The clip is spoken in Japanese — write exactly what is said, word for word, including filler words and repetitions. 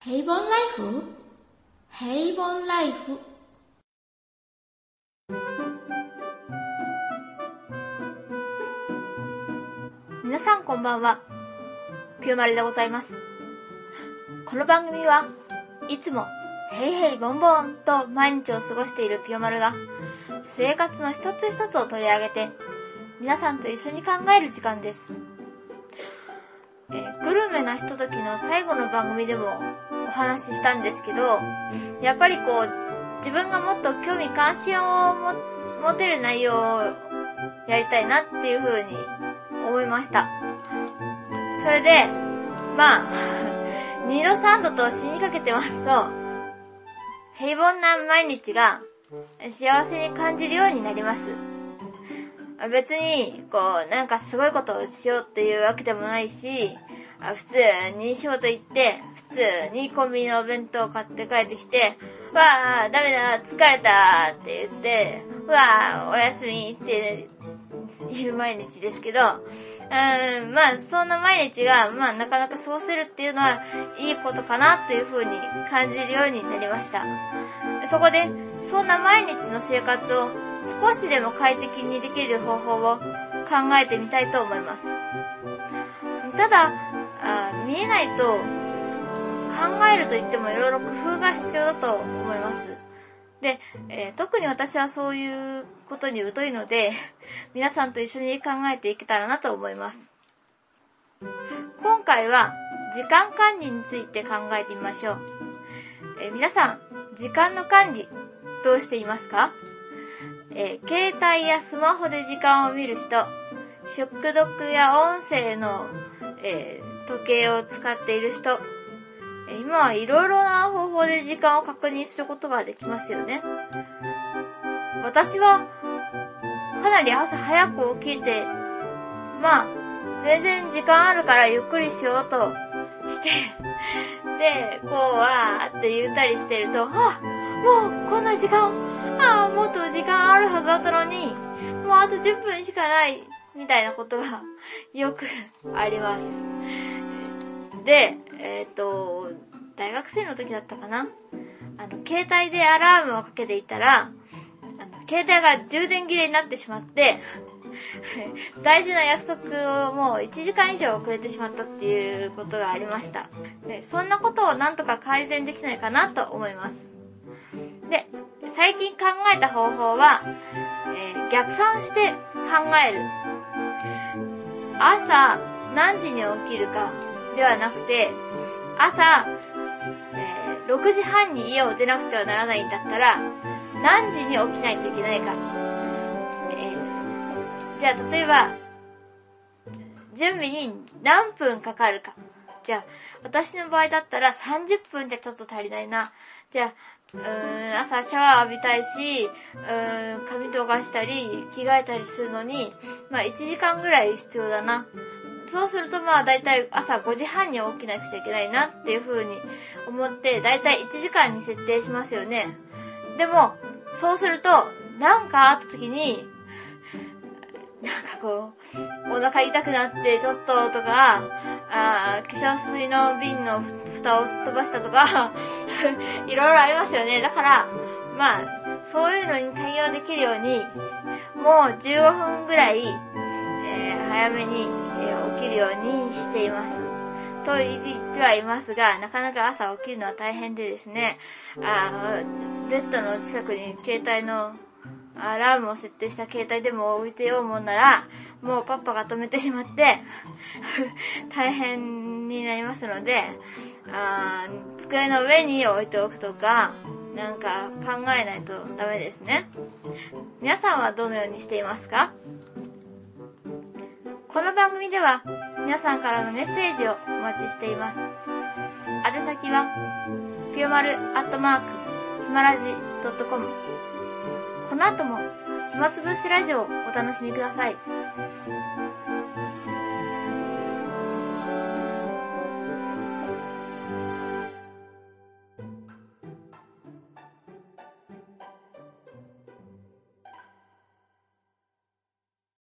平凡ライフ平凡ライフ皆さんこんばんは。ぴよまるでございます。この番組はいつもヘイヘイボンボンと毎日を過ごしているぴよまるが生活の一つ一つを取り上げて皆さんと一緒に考える時間です。えー、グルメなひとときの最後の番組でもお話ししたんですけど、やっぱりこう自分がもっと興味関心をも持てる内容をやりたいなっていう風に思いました。それでまあにどさんどと死にかけてますと平凡な毎日が幸せに感じるようになります。別にこうなんかすごいことをしようっていうわけでもないし、普通に仕事行って普通にコンビニのお弁当を買って帰ってきて、わーダメだ疲れたって言って、わーおやすみっていう毎日ですけど、うん、まあそんな毎日がまあなかなか過ごせるっていうのはいいことかなというふうに感じるようになりました。そこでそんな毎日の生活を少しでも快適にできる方法を考えてみたいと思います。ただあ見えないと考えるといってもいろいろ工夫が必要だと思います。で、えー、特に私はそういうことに疎いので皆さんと一緒に考えていけたらなと思います。今回は時間管理について考えてみましょう。えー、皆さん時間の管理どうしていますか？えー、携帯やスマホで時間を見る人、食読や音声の、えー、時計を使っている人、今はいろいろな方法で時間を確認することができますよね。私はかなり朝早く起きて、まあ全然時間あるからゆっくりしようとしてで、こうわーって言ったりしてると、あ、もうこんな時間、あーもっと時間あるはずだったのに、もうあとじゅっぷんしかないみたいなことがよくあります。で、えっと大学生の時だったかな、あの携帯でアラームをかけていたら、あの携帯が充電切れになってしまって大事な約束をもういちじかん以上遅れてしまったっていうことがありました。で、そんなことをなんとか改善できないかなと思います。で、最近考えた方法は、えー、逆算して考える。朝何時に起きるかではなくて、朝、えー、ろくじはんに家を出なくてはならないんだったら何時に起きないといけないか。えー、じゃあ例えば準備に何分かかるか。じゃあ私の場合だったらさんじゅっぷんじゃちょっと足りないな。じゃあうーん朝シャワー浴びたいし、うーん髪とかしたり着替えたりするのにまあいちじかんぐらい必要だな。そうするとまあだいたい朝ごじはんに起きなくちゃいけないなっていう風に思ってだいたいいちじかんに設定しますよね。でもそうするとなんかあった時になんかこうお腹痛くなってちょっととか、あ化粧水の瓶の蓋をすっ飛ばしたとかいろいろありますよね。だからまあそういうのに対応できるようにもうじゅうごふんぐらい、えー、早めに、えー、起きるようにしていますと言ってはいますが、なかなか朝起きるのは大変でですね、あベッドの近くに携帯のアラームを設定した携帯でも置いてようもんならもうパッパが止めてしまって大変になりますので、あ机の上に置いておくとかなんか考えないとダメですね。皆さんはどのようにしていますか？この番組では皆さんからのメッセージをお待ちしています。宛先はぴよまるアットマークひまらじドットコム。この後も暇つぶしラジオをお楽しみください。